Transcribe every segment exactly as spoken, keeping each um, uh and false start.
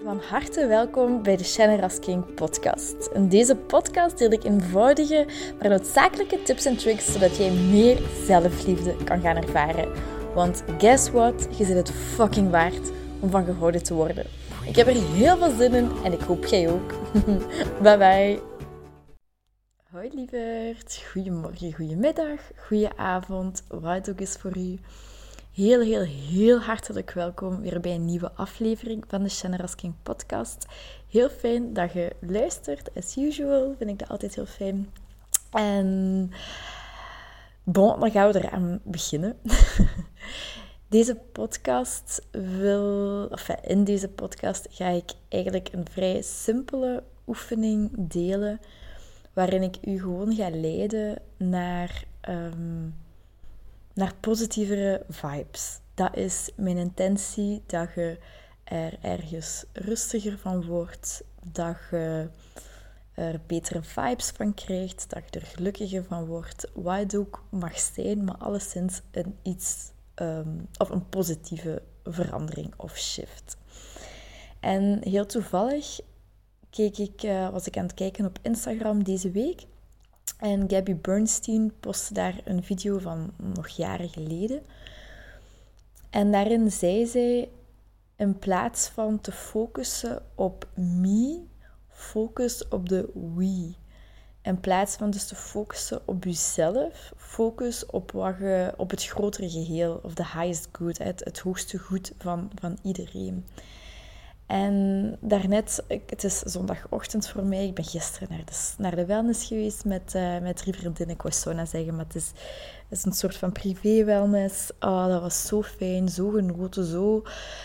Van harte welkom bij de Shine as King podcast. In deze podcast deel ik eenvoudige, maar noodzakelijke tips en tricks zodat jij meer zelfliefde kan gaan ervaren. Want guess what? Je zit het fucking waard om van gehouden te worden. Ik heb er heel veel zin in en ik hoop jij ook. Bye bye. Hoi lieverd, goedemorgen, goedemiddag, goedenavond, wat het ook is voor u. Heel, heel, heel hartelijk welkom weer bij een nieuwe aflevering van de Shine as King podcast. Heel fijn dat je luistert, as usual, vind ik dat altijd heel fijn. En bon, dan gaan we eraan beginnen. Deze podcast wil, of in deze podcast ga ik eigenlijk een vrij simpele oefening delen, waarin ik u gewoon ga leiden naar... Um, naar positievere vibes. Dat is mijn intentie, dat je er ergens rustiger van wordt, dat je er betere vibes van krijgt, dat je er gelukkiger van wordt, wat het ook mag zijn, maar alleszins een iets, um, of een positieve verandering of shift. En heel toevallig keek ik, uh, was ik aan het kijken op Instagram deze week. En Gabby Bernstein postte daar een video van nog jaren geleden. En daarin zei zij, in plaats van te focussen op me, focus op de we. In plaats van dus te focussen op jezelf, focus op, wat je, op het grotere geheel, of de highest good, het, het hoogste goed van, van iedereen. En daarnet, het is zondagochtend voor mij, ik ben gisteren naar de, naar de wellness geweest met, uh, met drie vriendinnen. Ik wou sauna zeggen, maar het is, het is een soort van privé-wellness. Oh, dat was zo fijn, zo genoten, zo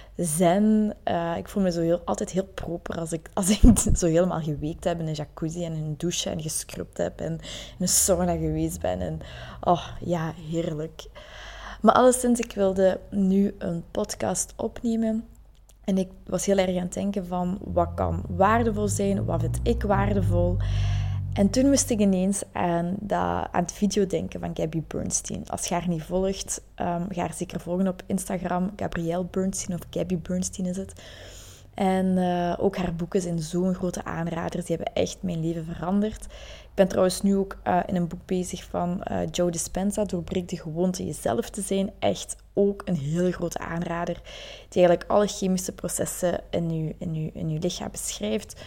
zen. Uh, ik voel me zo heel, altijd heel proper als ik, als ik zo helemaal geweekt heb in een jacuzzi en in een douche en gescrubt heb en in een sauna geweest ben. En oh, ja, heerlijk. Maar alleszins, ik wilde nu een podcast opnemen. En ik was heel erg aan het denken van, wat kan waardevol zijn? Wat vind ik waardevol? En toen moest ik ineens aan, dat, aan het video denken van Gabby Bernstein. Als je haar niet volgt, um, ga haar zeker volgen op Instagram. Gabrielle Bernstein of Gabby Bernstein is het. En uh, ook haar boeken zijn zo'n grote aanraders. Die hebben echt mijn leven veranderd. Ik ben trouwens nu ook uh, in een boek bezig van uh, Joe Dispenza. Doorbreek de gewoonte jezelf te zijn. Echt ook een heel grote aanrader. Die eigenlijk alle chemische processen in je, in je, in je lichaam beschrijft.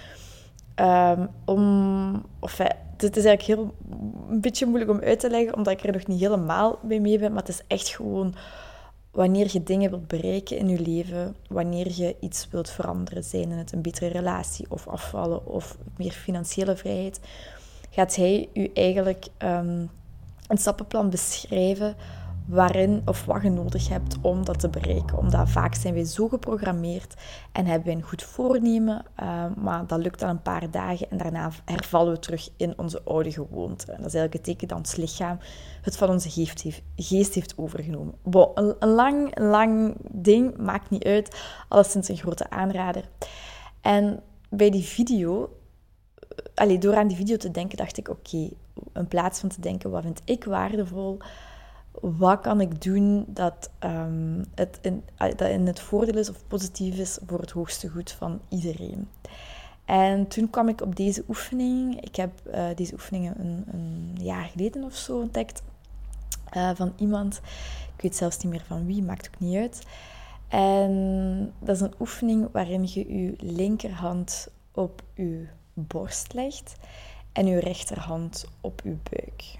Um, om, of, uh, het is eigenlijk heel, een beetje moeilijk om uit te leggen, omdat ik er nog niet helemaal bij mee ben. Maar het is echt gewoon... Wanneer je dingen wilt bereiken in je leven, wanneer je iets wilt veranderen, zijn het een betere relatie of afvallen of meer financiële vrijheid, gaat hij u eigenlijk um, een stappenplan beschrijven waarin of wat je nodig hebt om dat te bereiken. Omdat vaak zijn wij zo geprogrammeerd en hebben wij een goed voornemen, uh, maar dat lukt dan een paar dagen en daarna hervallen we terug in onze oude gewoonte. En dat is eigenlijk het teken dat ons lichaam het van onze geest heeft, geest heeft overgenomen. Bon, een, een, lang, een lang ding, maakt niet uit, alleszins een grote aanrader. En bij die video, allee, door aan die video te denken, dacht ik, oké, okay, in plaats van te denken, wat vind ik waardevol, wat kan ik doen dat, um, het in, dat in het voordeel is of positief is voor het hoogste goed van iedereen. En toen kwam ik op deze oefening. Ik heb uh, deze oefeningen een, een jaar geleden of zo ontdekt. Uh, van iemand. Ik weet zelfs niet meer van wie, maakt ook niet uit. En dat is een oefening waarin je je linkerhand op je borst legt en je rechterhand op je buik.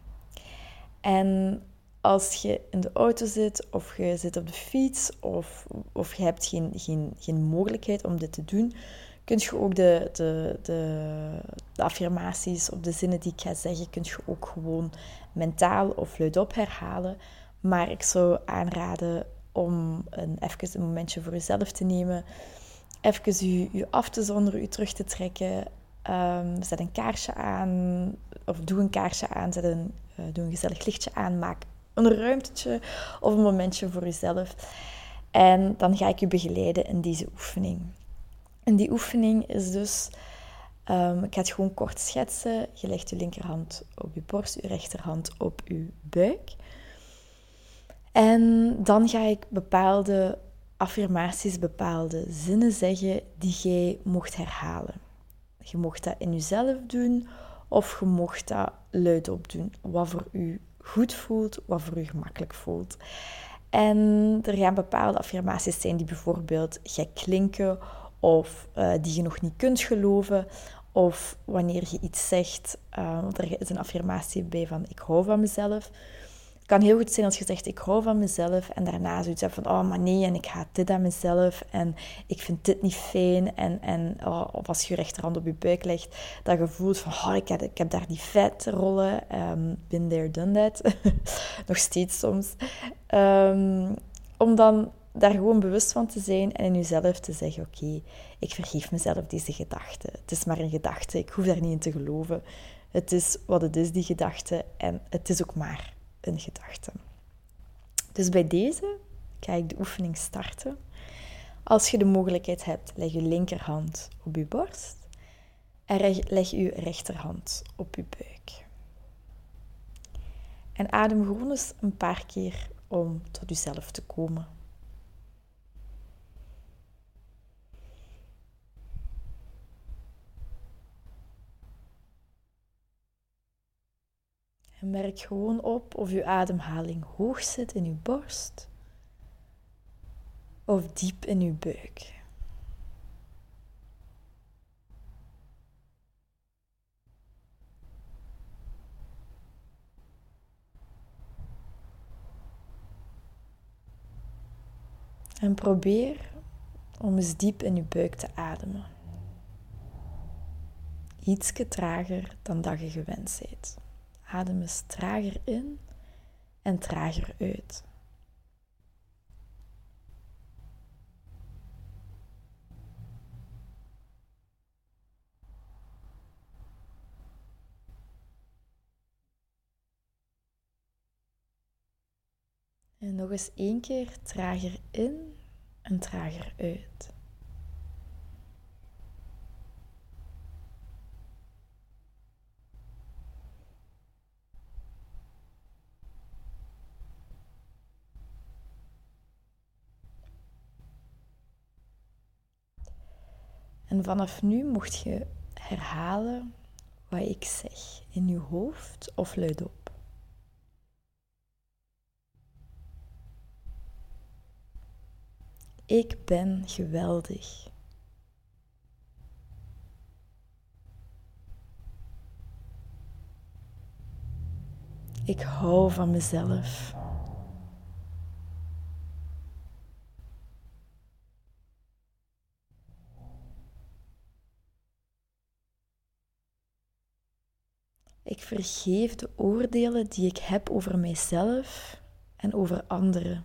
En als je in de auto zit, of je zit op de fiets, of, of je hebt geen, geen, geen mogelijkheid om dit te doen, kun je ook de, de, de, de affirmaties of de zinnen die ik ga zeggen, kun je ook gewoon mentaal of luidop herhalen. Maar ik zou aanraden om een, even een momentje voor jezelf te nemen, even je, je af te zonderen, je terug te trekken. Um, zet een kaarsje aan, of doe een kaarsje aan, zet een, uh, doe een gezellig lichtje aan, maak een ruimtetje of een momentje voor jezelf. En dan ga ik je begeleiden in deze oefening. En die oefening is dus, um, ik ga het gewoon kort schetsen. Je legt je linkerhand op je borst, je rechterhand op je buik. En dan ga ik bepaalde affirmaties, bepaalde zinnen zeggen die jij mocht herhalen. Je mocht dat in jezelf doen of je mocht dat luidop doen. Wat voor u goed voelt, wat voor u gemakkelijk voelt. En er gaan bepaalde affirmaties zijn die bijvoorbeeld gek klinken of uh, die je nog niet kunt geloven. Of wanneer je iets zegt, uh, want er is een affirmatie bij van ik hou van mezelf. Het kan heel goed zijn als je zegt ik hou van mezelf en daarna zoiets hebt van oh maar nee en ik haat dit aan mezelf en ik vind dit niet fijn. En, en, oh, of als je je rechterhand op je buik legt, dat je voelt van oh, ik, heb, ik heb daar die vetrollen. Um, been there, done that. Nog steeds soms. Um, om dan daar gewoon bewust van te zijn en in jezelf te zeggen oké, okay, ik vergeef mezelf deze gedachte. Het is maar een gedachte, ik hoef daar niet in te geloven. Het is wat het is, die gedachte, en het is ook maar een gedachte. Dus bij deze ga ik de oefening starten. Als je de mogelijkheid hebt, leg je linkerhand op je borst en leg je rechterhand op je buik. En adem gewoon eens een paar keer om tot jezelf te komen. En merk gewoon op of je ademhaling hoog zit in je borst of diep in je buik. En probeer om eens diep in je buik te ademen. Ietske trager dan dat je gewend bent. Adem eens trager in en trager uit. En nog eens één keer trager in en trager uit. En vanaf nu mocht je herhalen wat ik zeg in je hoofd of luidop. Ik ben geweldig. Ik hou van mezelf. Ik vergeef de oordelen die ik heb over mijzelf en over anderen.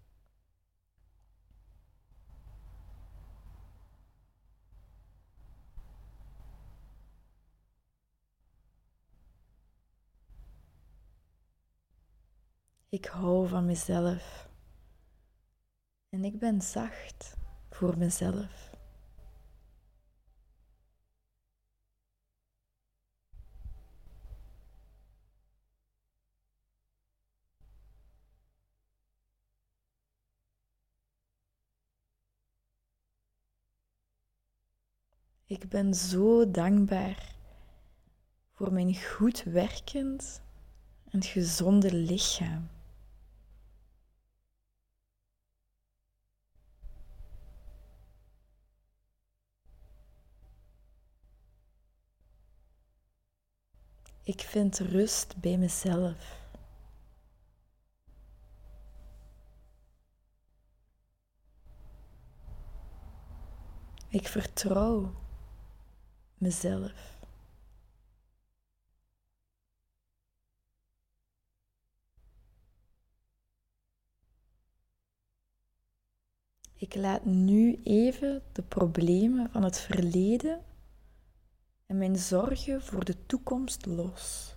Ik hou van mezelf. En ik ben zacht voor mezelf. Ik ben zo dankbaar voor mijn goed werkend en gezonde lichaam. Ik vind rust bij mezelf. Ik vertrouw mezelf. Ik laat nu even de problemen van het verleden en mijn zorgen voor de toekomst los.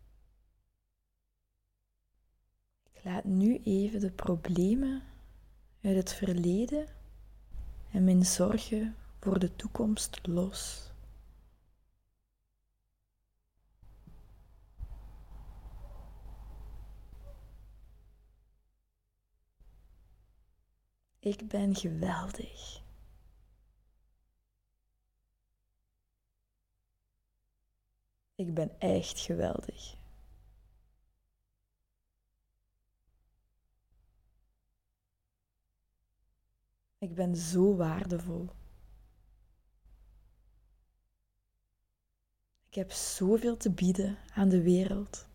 Ik laat nu even de problemen uit het verleden en mijn zorgen voor de toekomst los. Ik ben geweldig. Ik ben echt geweldig. Ik ben zo waardevol. Ik heb zoveel te bieden aan de wereld.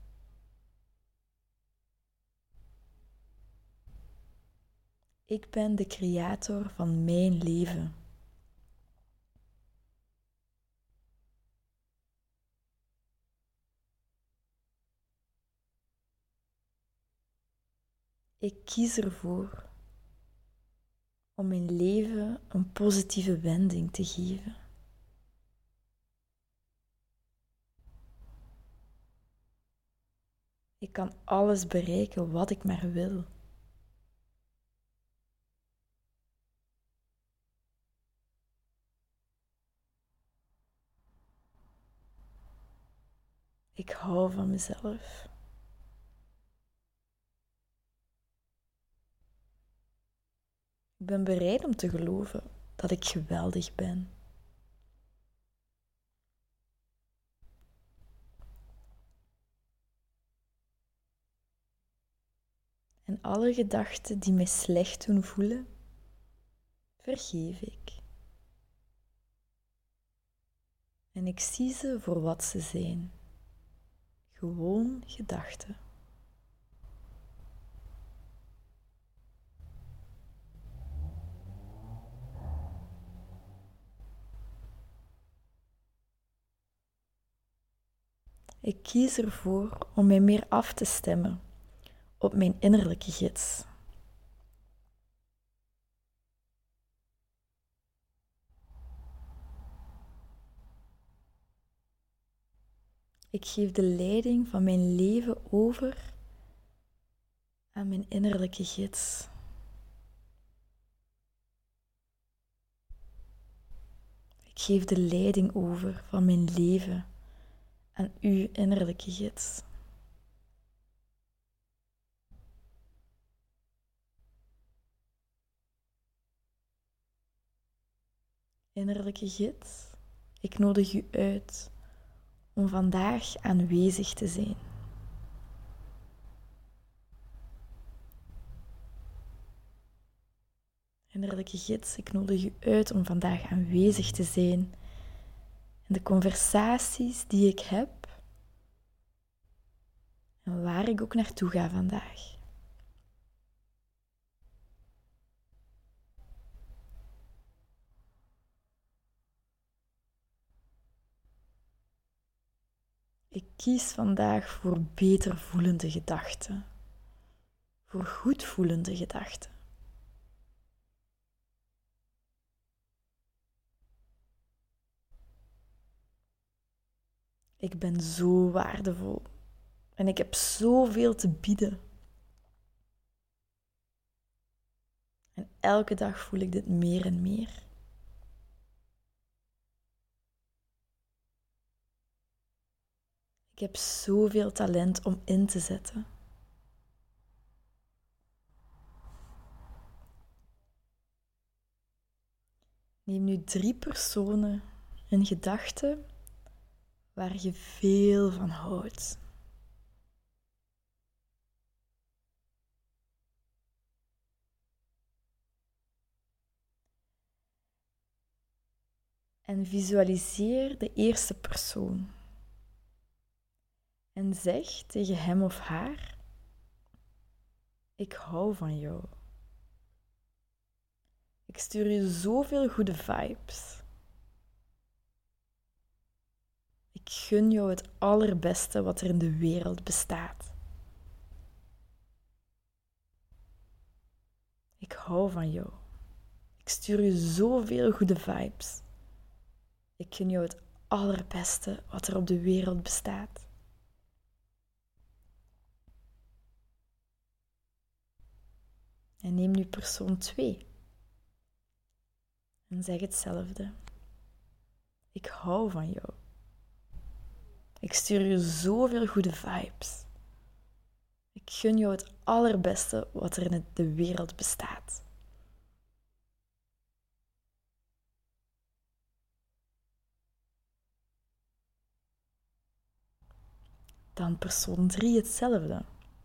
Ik ben de creator van mijn leven. Ik kies ervoor om mijn leven een positieve wending te geven. Ik kan alles bereiken wat ik maar wil. Ik hou van mezelf. Ik ben bereid om te geloven dat ik geweldig ben. En alle gedachten die mij slecht doen voelen, vergeef ik. En ik zie ze voor wat ze zijn. Gewoon gedachten. Ik kies ervoor om mij meer af te stemmen op mijn innerlijke gids. Ik geef de leiding van mijn leven over aan mijn innerlijke gids. Ik geef de leiding over van mijn leven aan uw innerlijke gids. Innerlijke gids, ik nodig u uit om vandaag aanwezig te zijn. Innerlijke gids, ik nodig u uit om vandaag aanwezig te zijn in de conversaties die ik heb en waar ik ook naartoe ga vandaag. Ik kies vandaag voor beter voelende gedachten, voor goed voelende gedachten. Ik ben zo waardevol en ik heb zoveel te bieden. En elke dag voel ik dit meer en meer. Ik heb zoveel talent om in te zetten. Neem nu drie personen in gedachten waar je veel van houdt. En visualiseer de eerste persoon. En zeg tegen hem of haar: ik hou van jou. Ik stuur je zoveel goede vibes. Ik gun jou het allerbeste wat er in de wereld bestaat. Ik hou van jou. Ik stuur je zoveel goede vibes. Ik gun jou het allerbeste wat er op de wereld bestaat. En neem nu persoon twee. En zeg hetzelfde. Ik hou van jou. Ik stuur je zoveel goede vibes. Ik gun jou het allerbeste wat er in de wereld bestaat. dan persoon drie hetzelfde.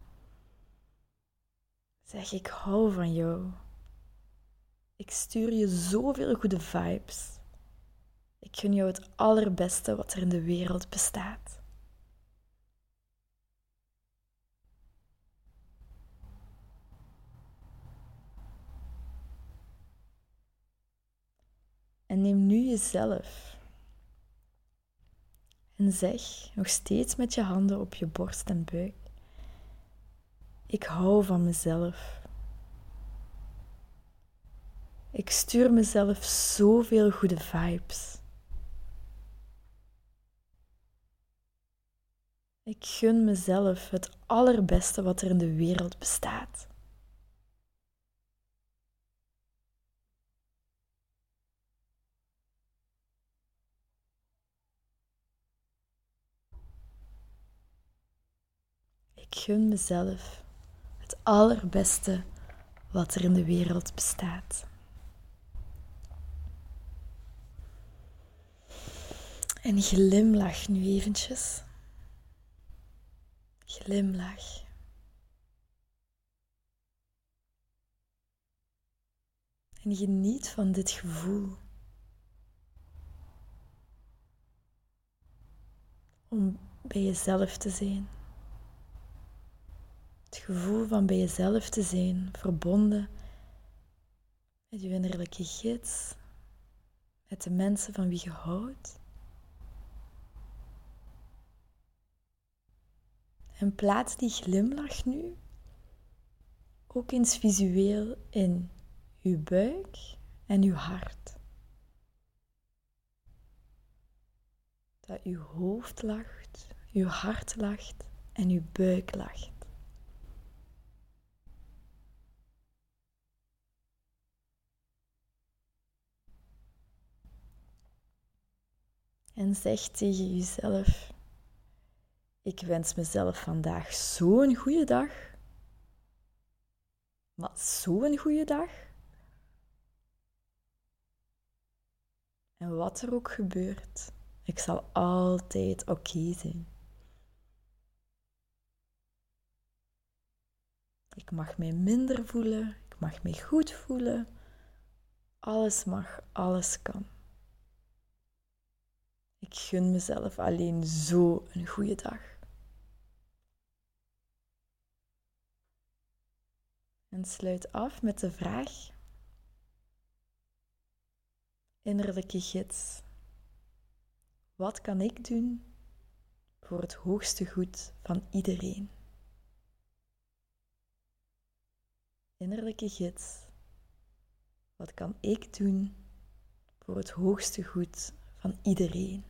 Zeg, ik hou van jou. Ik stuur je zoveel goede vibes. Ik gun jou het allerbeste wat er in de wereld bestaat. En neem nu jezelf en zeg, nog steeds met je handen op je borst en buik: ik hou van mezelf. Ik stuur mezelf zoveel goede vibes. Ik gun mezelf het allerbeste wat er in de wereld bestaat. Ik gun mezelf het allerbeste wat er in de wereld bestaat. En glimlach nu eventjes. Glimlach. En geniet van dit gevoel. Om bij jezelf te zijn. Het gevoel van bij jezelf te zijn, verbonden met je innerlijke gids, met de mensen van wie je houdt. En plaats die glimlach nu ook eens visueel in je buik en je hart. Dat je hoofd lacht, je hart lacht en je buik lacht. En zeg tegen jezelf: ik wens mezelf vandaag zo'n goede dag. Maar zo'n goede dag. En wat er ook gebeurt, ik zal altijd oké zijn. Ik mag mij minder voelen, ik mag mij goed voelen. Alles mag, alles kan. Ik gun mezelf alleen zo een goede dag. En sluit af met de vraag: innerlijke gids, wat kan ik doen voor het hoogste goed van iedereen? Innerlijke gids, wat kan ik doen voor het hoogste goed van iedereen?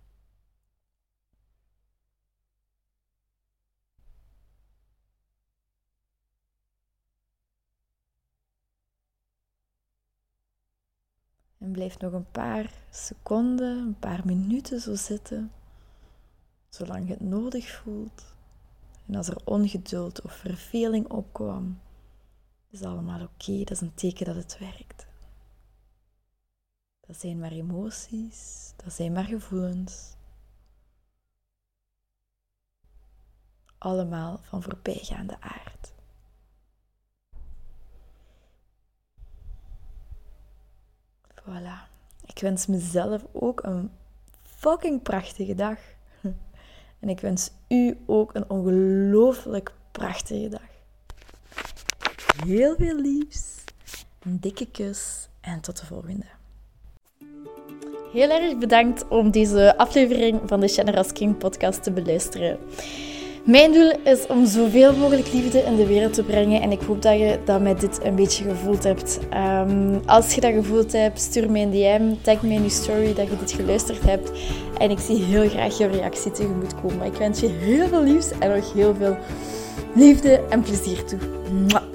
En blijf nog een paar seconden, een paar minuten zo zitten, zolang je het nodig voelt. En als er ongeduld of verveling opkwam, is allemaal oké, dat is een teken dat het werkt. Dat zijn maar emoties, dat zijn maar gevoelens. Allemaal van voorbijgaande aard. Voilà. Ik wens mezelf ook een fucking prachtige dag. En ik wens u ook een ongelooflijk prachtige dag. Heel veel liefs, een dikke kus en tot de volgende. Heel erg bedankt om deze aflevering van de Generous King podcast te beluisteren. Mijn doel is om zoveel mogelijk liefde in de wereld te brengen en ik hoop dat je dat met dit een beetje gevoeld hebt. Um, als je dat gevoeld hebt, stuur mij een D M, tag me in je story dat je dit geluisterd hebt en ik zie heel graag jouw reactie tegemoetkomen. Ik wens je heel veel liefs en nog heel veel liefde en plezier toe. Mwah.